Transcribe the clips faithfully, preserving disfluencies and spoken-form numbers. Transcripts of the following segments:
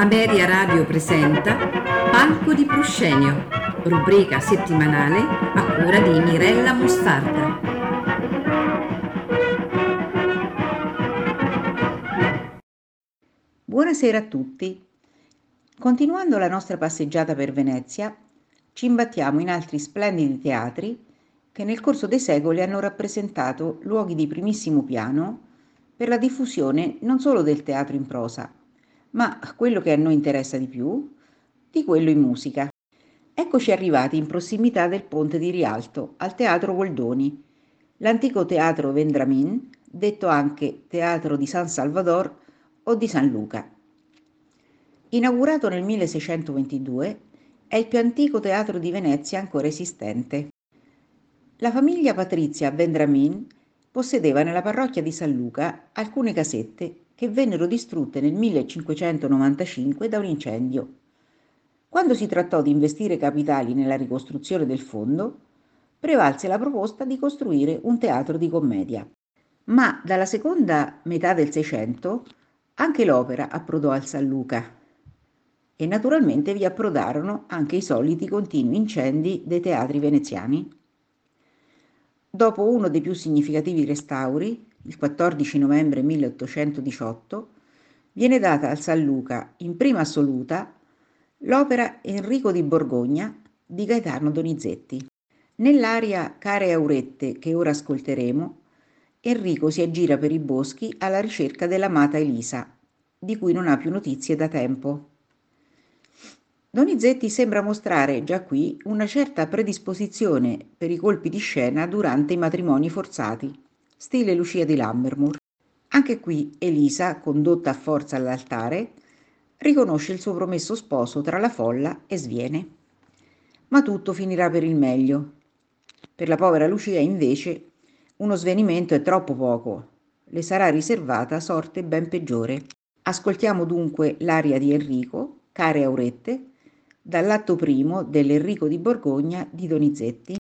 Ameria Radio presenta Palco di Proscenio, rubrica settimanale a cura di Mirella Mostarda. Buonasera a tutti. Continuando la nostra passeggiata per Venezia, ci imbattiamo in altri splendidi teatri che nel corso dei secoli hanno rappresentato luoghi di primissimo piano per la diffusione non solo del teatro in prosa, ma quello che a noi interessa di più, di quello in musica. Eccoci arrivati in prossimità del Ponte di Rialto, al Teatro Goldoni, l'antico teatro Vendramin, detto anche Teatro di San Salvador o di San Luca. Inaugurato nel milleseicentoventidue, è il più antico teatro di Venezia ancora esistente. La famiglia patrizia Vendramin possedeva nella parrocchia di San Luca alcune casette che vennero distrutte nel millecinquecentonovantacinque da un incendio. Quando si trattò di investire capitali nella ricostruzione del fondo, prevalse la proposta di costruire un teatro di commedia. Ma dalla seconda metà del Seicento anche l'opera approdò al San Luca e naturalmente vi approdarono anche i soliti continui incendi dei teatri veneziani. Dopo uno dei più significativi restauri, il quattordici novembre milleottocentodiciotto, viene data al San Luca, in prima assoluta, l'opera Enrico di Borgogna di Gaetano Donizetti. Nell'aria Care Aurette che ora ascolteremo, Enrico si aggira per i boschi alla ricerca dell'amata Elisa, di cui non ha più notizie da tempo. Donizetti sembra mostrare già qui una certa predisposizione per i colpi di scena durante i matrimoni forzati, stile Lucia di Lammermoor. Anche qui Elisa, condotta a forza all'altare, riconosce il suo promesso sposo tra la folla e sviene. Ma tutto finirà per il meglio. Per la povera Lucia, invece, uno svenimento è troppo poco. Le sarà riservata sorte ben peggiore. Ascoltiamo dunque l'aria di Enrico, Care Aurette, dall'atto primo dell'Enrico di Borgogna di Donizetti.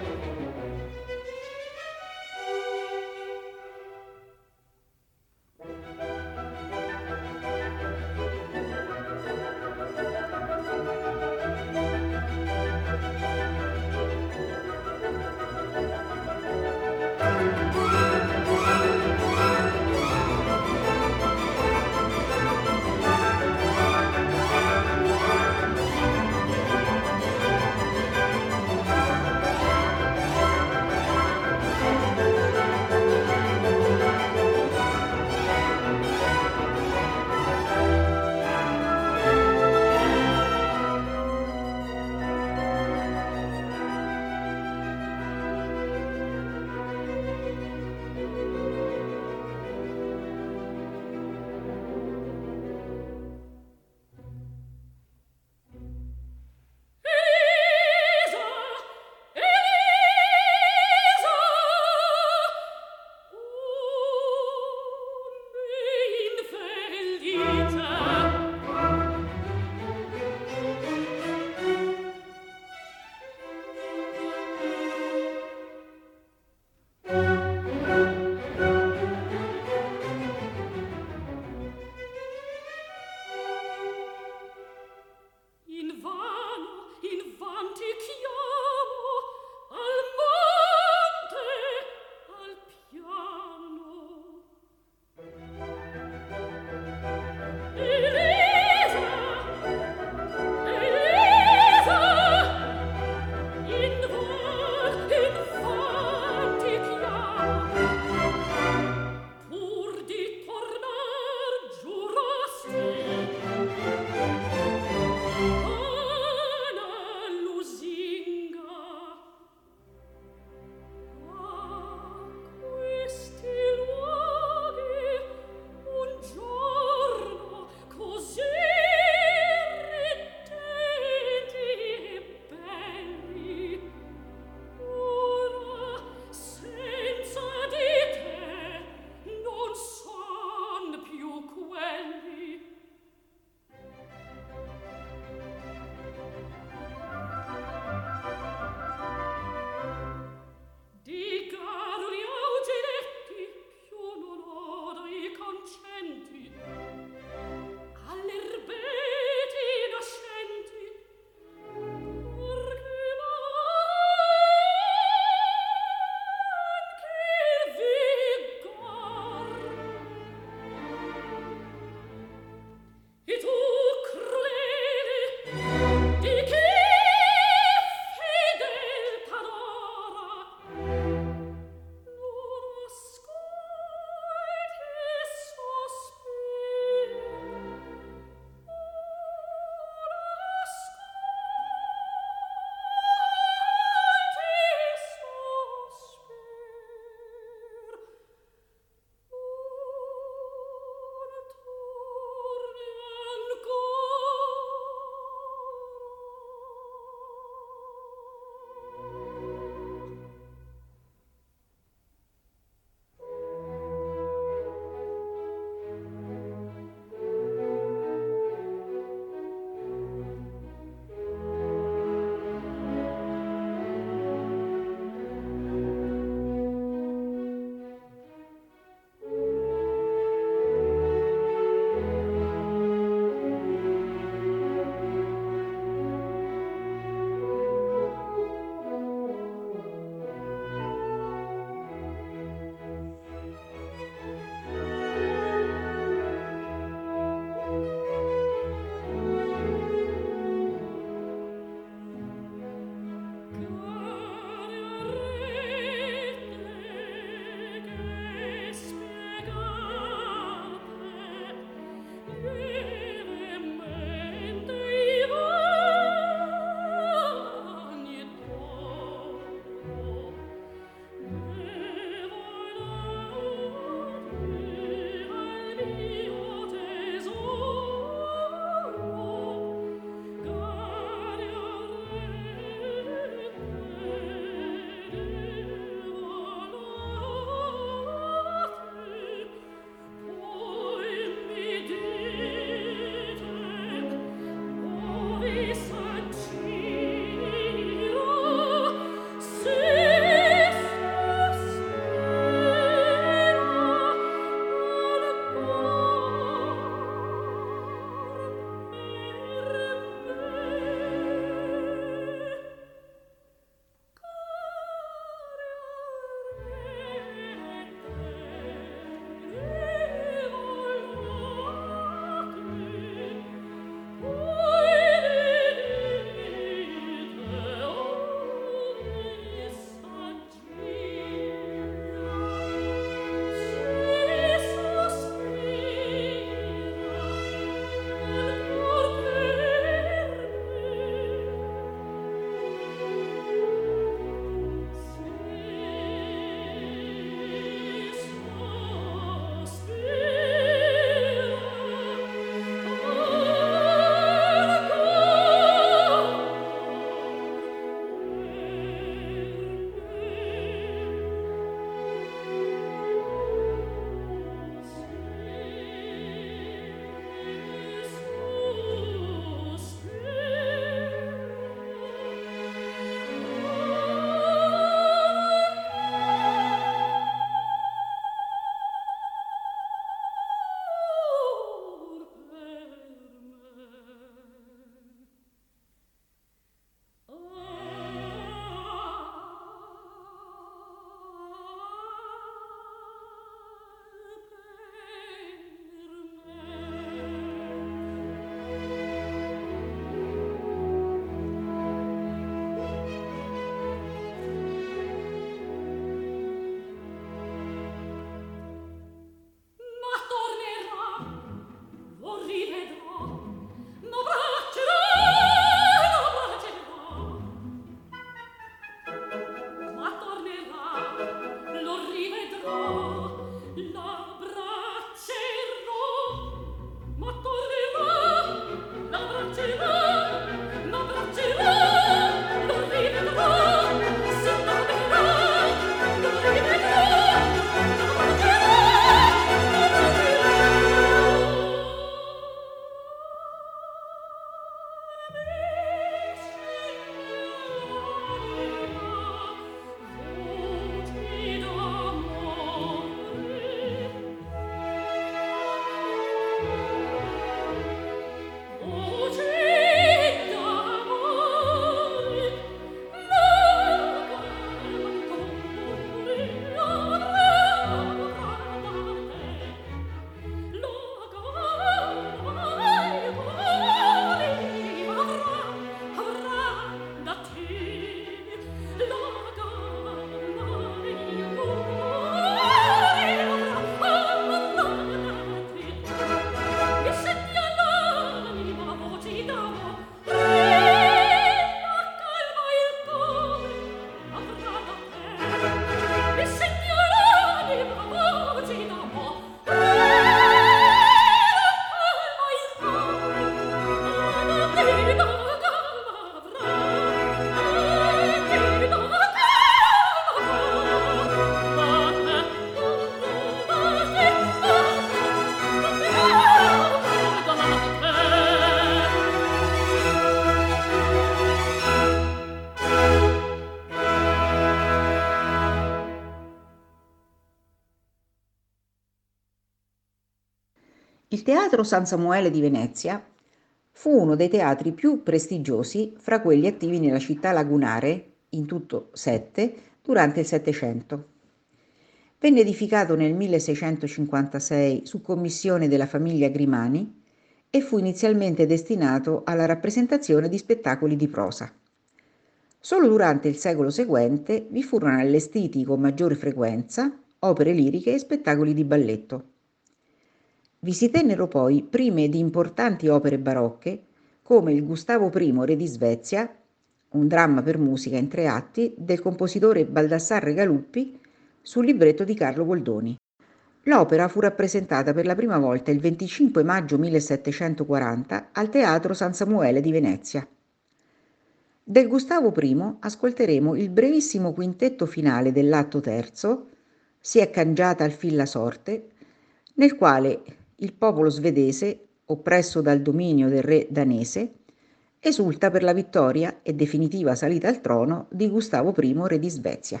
Il Teatro San Samuele di Venezia fu uno dei teatri più prestigiosi fra quelli attivi nella città lagunare, in tutto sette, durante il Settecento. Venne edificato nel milleseicentocinquantasei su commissione della famiglia Grimani e fu inizialmente destinato alla rappresentazione di spettacoli di prosa. Solo durante il secolo seguente vi furono allestiti con maggiore frequenza opere liriche e spettacoli di balletto. Vi si tennero poi prime ed importanti opere barocche come il Gustavo I, re di Svezia, un dramma per musica in tre atti del compositore Baldassarre Galuppi sul libretto di Carlo Goldoni. L'opera fu rappresentata per la prima volta il venticinque maggio millesettecentoquaranta al Teatro San Samuele di Venezia. Del Gustavo I ascolteremo il brevissimo quintetto finale dell'atto terzo, Si è cangiata al fin la sorte, nel quale il popolo svedese, oppresso dal dominio del re danese, esulta per la vittoria e definitiva salita al trono di Gustavo I, re di Svezia.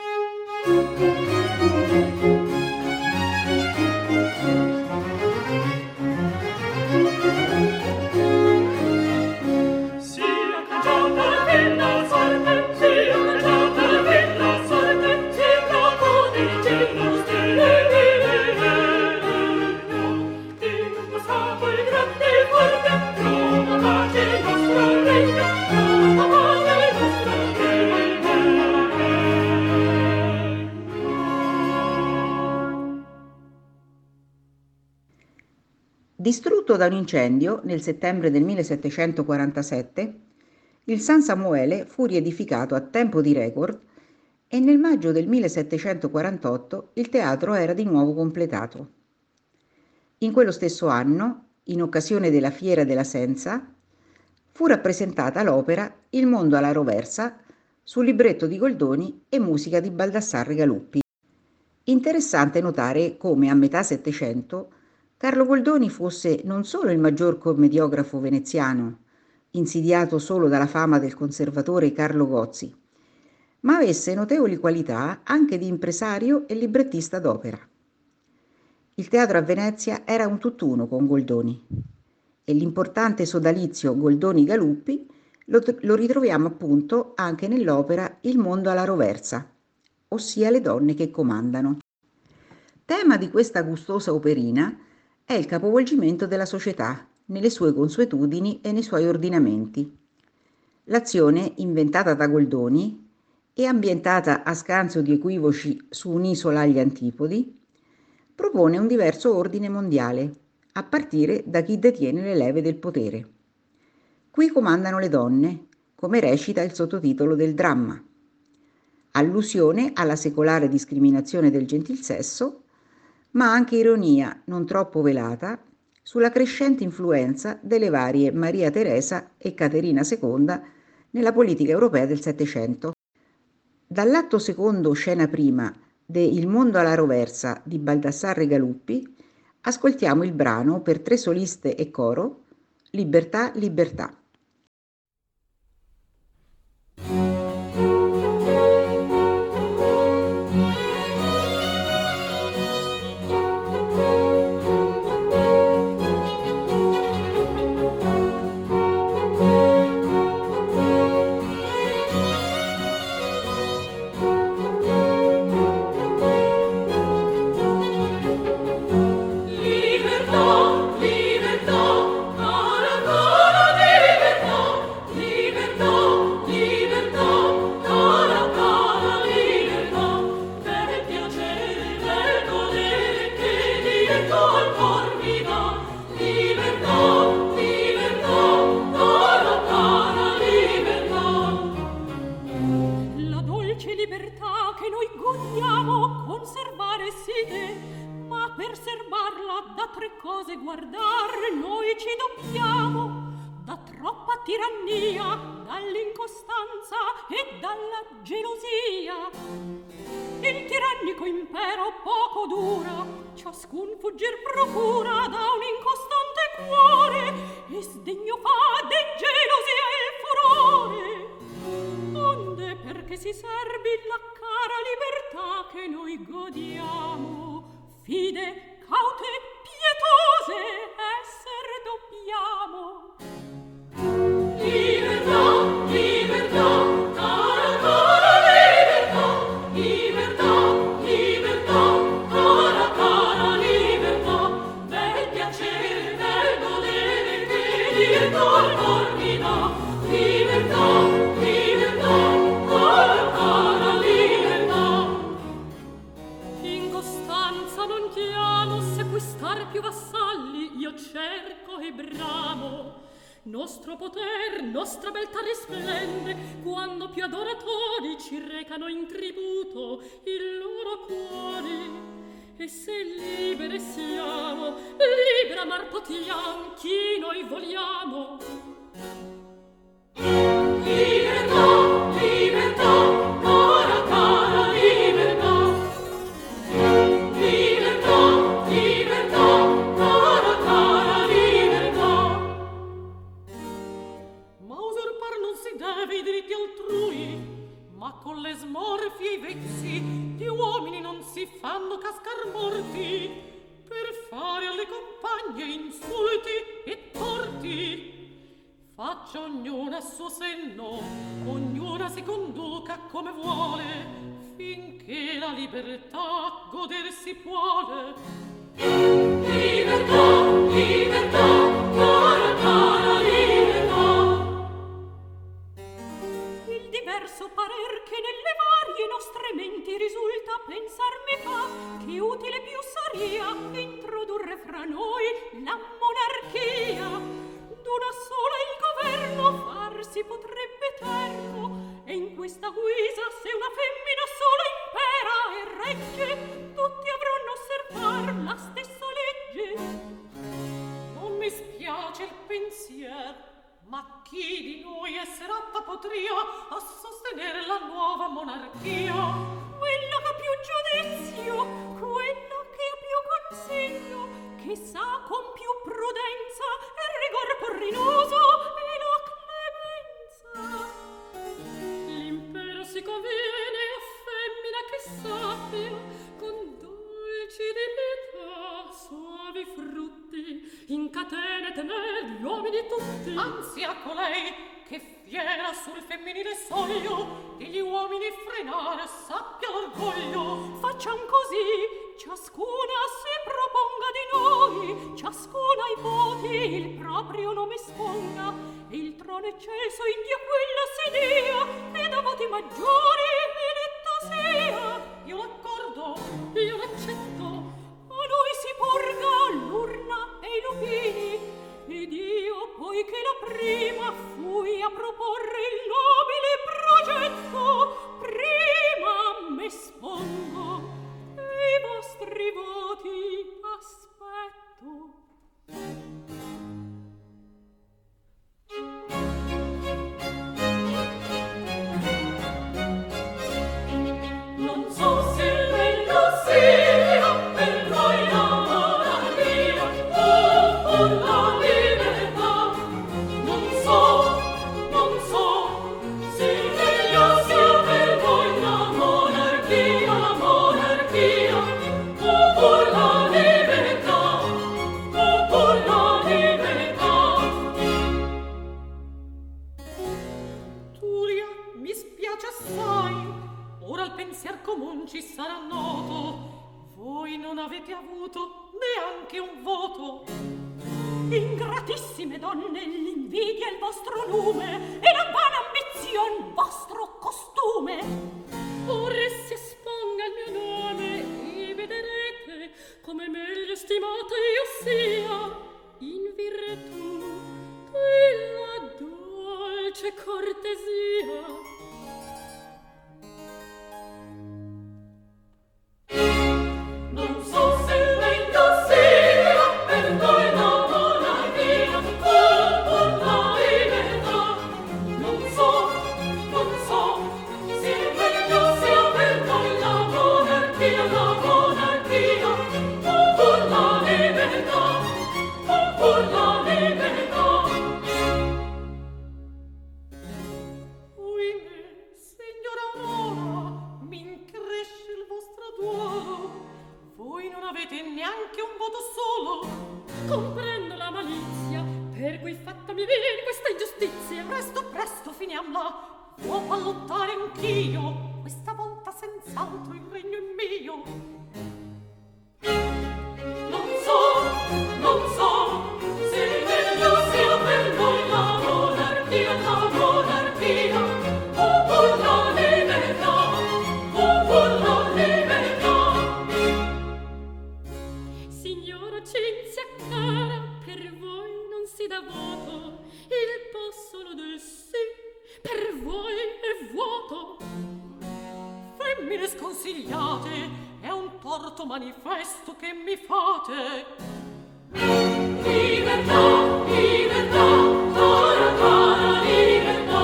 Distrutto da un incendio nel settembre del millesettecentoquarantasette, il San Samuele fu riedificato a tempo di record e nel maggio del millesettecentoquarantotto il teatro era di nuovo completato. In quello stesso anno, in occasione della Fiera della Senza, fu rappresentata l'opera Il mondo alla roversa sul libretto di Goldoni e musica di Baldassarre Galuppi. Interessante notare come a metà Settecento Carlo Goldoni fosse non solo il maggior commediografo veneziano, insidiato solo dalla fama del conservatore Carlo Gozzi, ma avesse notevoli qualità anche di impresario e librettista d'opera. Il teatro a Venezia era un tutt'uno con Goldoni e l'importante sodalizio Goldoni-Galuppi lo, lo ritroviamo appunto anche nell'opera Il mondo alla roversa, ossia le donne che comandano. Tema di questa gustosa operina è il capovolgimento della società nelle sue consuetudini e nei suoi ordinamenti. L'azione, inventata da Goldoni e ambientata a scanso di equivoci su un'isola agli antipodi, propone un diverso ordine mondiale, a partire da chi detiene le leve del potere. Qui comandano le donne, come recita il sottotitolo del dramma. Allusione alla secolare discriminazione del gentilsesso, ma anche ironia non troppo velata sulla crescente influenza delle varie Maria Teresa e Caterina seconda nella politica europea del Settecento. Dall'atto secondo, scena prima, de Il mondo alla roversa di Baldassarre Galuppi, ascoltiamo il brano per tre soliste e coro, Libertà, libertà. Fide, caute, pietose, forza non chiamo, sequistar più vassalli io cerco e bramo. Nostro poter, nostra beltà risplende quando più adoratori ci recano in tributo il loro cuore. E se libere siamo, libera amar potiam chi noi vogliamo. Libertà, libertà, cara, cara, libertà. Libertà, libertà, cara, cara, libertà. Ma usurpar non si deve i diritti altrui, ma con le smorfie e i vezzi gli uomini non si fanno cascar morti per fare alle compagne insulti e torti. Faccia ognuna a suo senno, ognuna si conduca come vuole, finché la libertà godersi vuole. Libertà, libertà, cara, cara, libertà. Il diverso parer che nelle varie nostre menti risulta, pensar mi fa che utile più saria introdurre fra noi la monarchia. D'una sola il governo far si potrebbe eterno, e in questa guisa se una femmina sola impera e regge, tutti avranno osservar la stessa legge. Non mi spiace il pensier, ma chi di noi esser atta potria a sostenere la nuova monarchia? Quella che ha più giudizio, quella che ha più consiglio, che sa con più prudenza e rigor porrinoso e la clemenza. L'impero si conviene a femmina che sappia con dolci divinità suavi frutti in catene tener gli uomini tutti. Anzi a colei che fiera sul femminile soglio degli uomini frenare sappia l'orgoglio. Facciam così, ciascuna si proponga di noi, ciascuna ai voti il proprio nome esponga, e il trono eccelso in Dio quella si dia, ed a voti maggiori eletta sia. Io l'accordo, io l'accetto, a noi si porga l'urna e i lupini, ed io, poiché la prima fui a proporre il nobile progetto, prima m'espongo e i vostri voti aspetto. Non so se meglio sia per noi la monarchia o per la libertà. Non so, non so se meglio sia per noi la monarchia, la monarchia o per la libertà, o per la libertà. Turia, mi spiace assai, ora il pensier comun ci sarà noto. Voi non avete avuto neanche un voto. Ingratissime donne, l'invidia è il vostro lume e la vana ambizion vostro costume. Ora si esponga il mio nome e vedrete come meglio stimata io sia in virtù della dolce cortesia. Non so se meglio sia per noi la monarchia o per la libertà. Non so, non so se meglio sia per noi la monarchia, la monarchia o per la libertà, o per la libertà. Oimè, signora Aurora, m'incresce il vostro duolo. Voi non avete neanche un voto solo. Comprendo la malizia per cui fatta mi viene questa ingiustizia. Presto, presto, finiamola. Può ballottare anch'io. Questa volta senz'altro il regno è mio. Non so, non so se meglio sia per noi la monarchia, la monarchia o per la libertà, o per la libertà. scusate, è un torto manifesto che mi fate. Libertà, libertà, cara, cara, libertà.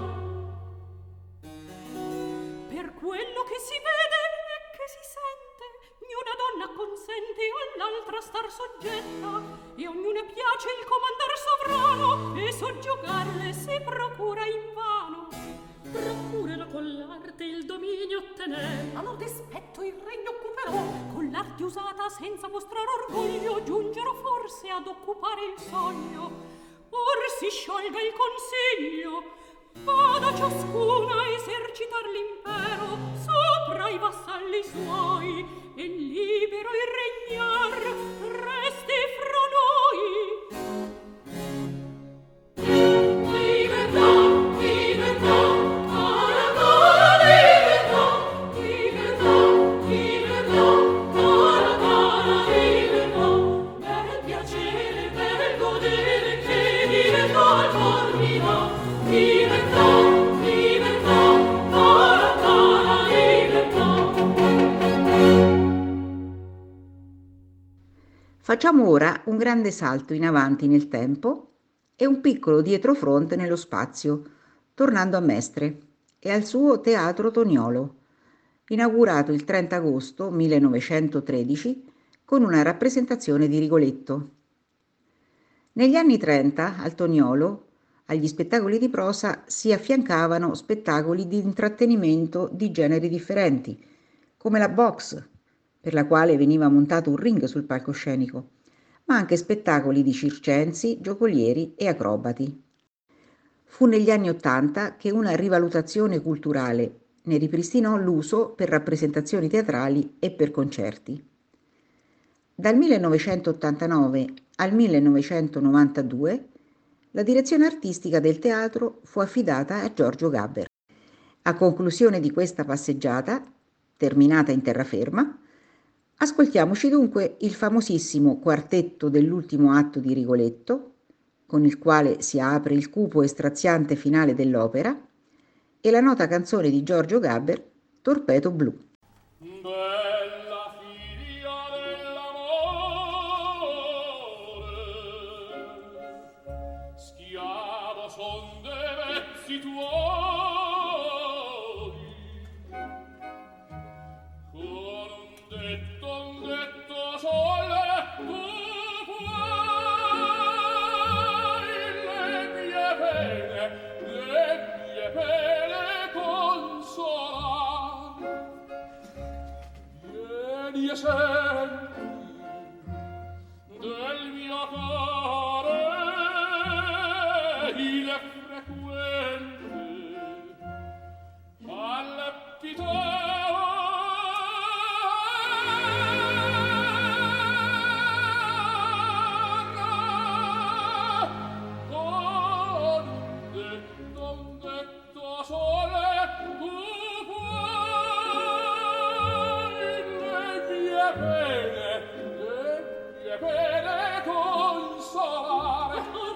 Per quello che si vede e che si sente, niuna donna consente all'altra star soggetta, e ognuna piace il comandar sovrano, e soggiogarle si procura invano. Procurano con l'arte il dominio ottener, a lor dispetto il regno occuperò, con l'arte usata senza mostrare orgoglio, giungerò forse ad occupare il sogno. Or si sciolga il consiglio, vada ciascuna a esercitar l'impero sopra i vassalli suoi, e libero il regnar resti fra noi. Libertà, libertà, cara, cara, libertà, libertà, libertà, cara, cara, libertà, bel piacere, bel godere che libertà al cor mi dà. Libertà, libertà, cara, cara, libertà. Facciamo ora un grande salto in avanti nel tempo e un piccolo dietrofront nello spazio, tornando a Mestre e al suo Teatro Toniolo, inaugurato il trenta agosto millenovecentotredici con una rappresentazione di Rigoletto. Negli anni trenta al Toniolo agli spettacoli di prosa si affiancavano spettacoli di intrattenimento di generi differenti, come la box, per la quale veniva montato un ring sul palcoscenico, ma anche spettacoli di circensi, giocolieri e acrobati. Fu negli anni Ottanta che una rivalutazione culturale ne ripristinò l'uso per rappresentazioni teatrali e per concerti. Dal millenovecentottantanove al millenovecentonovantadue la direzione artistica del teatro fu affidata a Giorgio Gaber. A conclusione di questa passeggiata, terminata in terraferma, ascoltiamoci dunque il famosissimo quartetto dell'ultimo atto di Rigoletto, con il quale si apre il cupo e straziante finale dell'opera, e la nota canzone di Giorgio Gaber, Torpedo Blu. Bella figlia dell'amore, schiavo son dei vezzi tuoi, con un detto, un detto sole, tu puoi le mie pene, le mie pene consolare. Vieni e senti del mio cuore il frequente palpitare con un detto, un detto sole, tu puoi le mie pene, le mie pene consolare.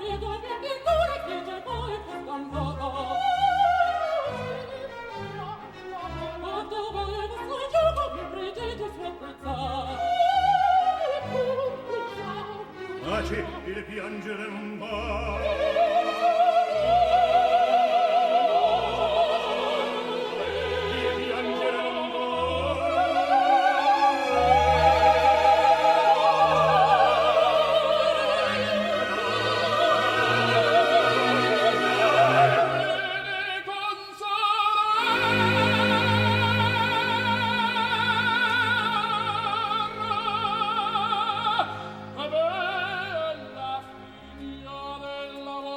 Taci, il piangere non va. Il piangere non va. Bella figlia dell'amore,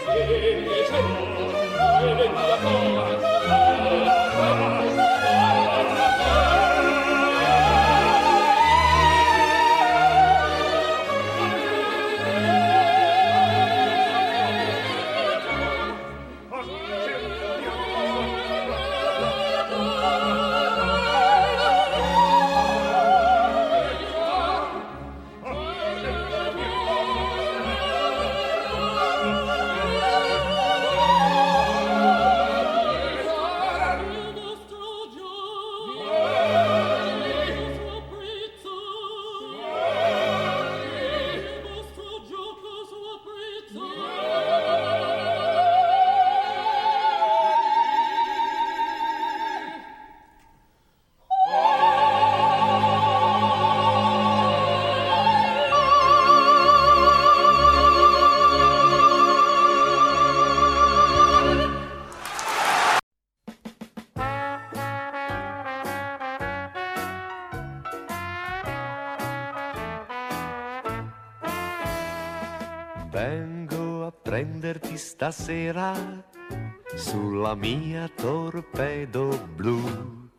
Vengo a prenderti stasera sulla mia torpedo blu,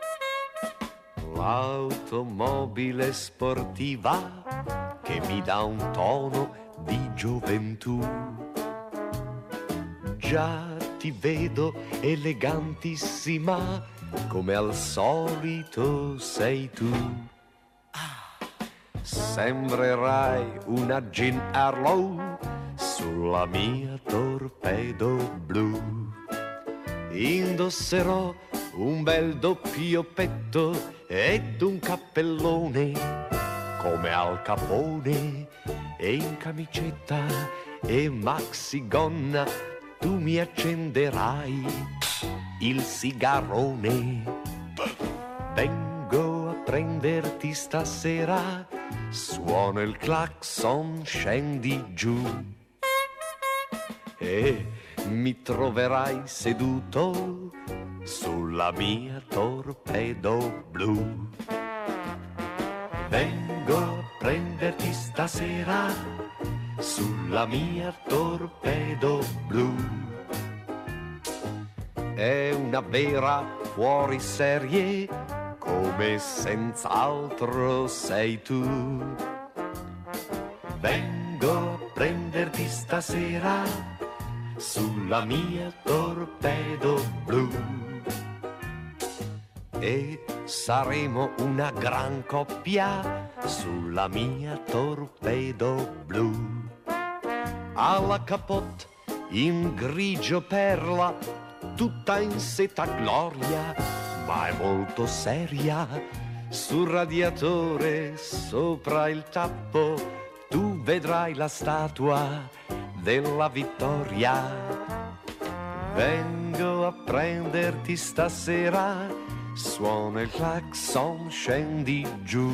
l'automobile sportiva che mi dà un tono di gioventù. Già ti vedo elegantissima, come al solito sei tu. Sembrerai una Jean Harlow sulla mia torpedo blu. Indosserò un bel doppio petto ed un cappellone come Al Capone, e in camicetta e maxigonna tu mi accenderai il sigarone. Vengo a prenderti stasera, suono il clacson, scendi giù e mi troverai seduto sulla mia torpedo blu. Vengo a prenderti stasera sulla mia torpedo blu. È una vera fuoriserie, come senz'altro sei tu. Vengo a prenderti stasera sulla mia torpedo blu e saremo una gran coppia sulla mia torpedo blu. Alla capote in grigio perla, tutta in seta gloria, ma è molto seria. Sul radiatore sopra il tappo tu vedrai la statua della vittoria. Vengo a prenderti stasera, suona il clacson, scendi giù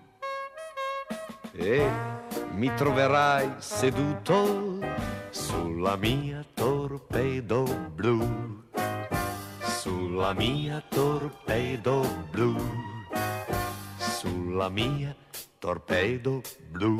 e mi troverai seduto sulla mia torpedo blu, sulla mia torpedo blu, sulla mia torpedo blu.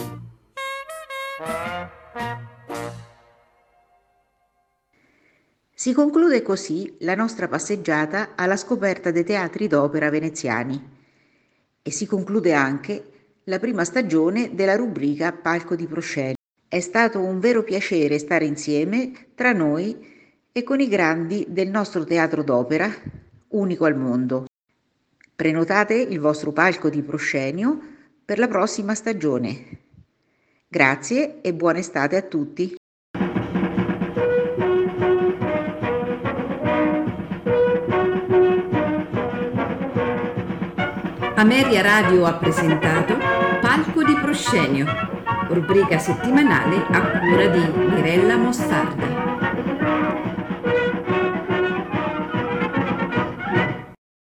Si conclude così la nostra passeggiata alla scoperta dei teatri d'opera veneziani e si conclude anche la prima stagione della rubrica Palco di Proscenio. È stato un vero piacere stare insieme tra noi e con i grandi del nostro teatro d'opera, unico al mondo. Prenotate il vostro palco di proscenio per la prossima stagione. Grazie e buona estate a tutti. Ameria Radio ha presentato Palco di Proscenio, rubrica settimanale a cura di Mirella Mostarda.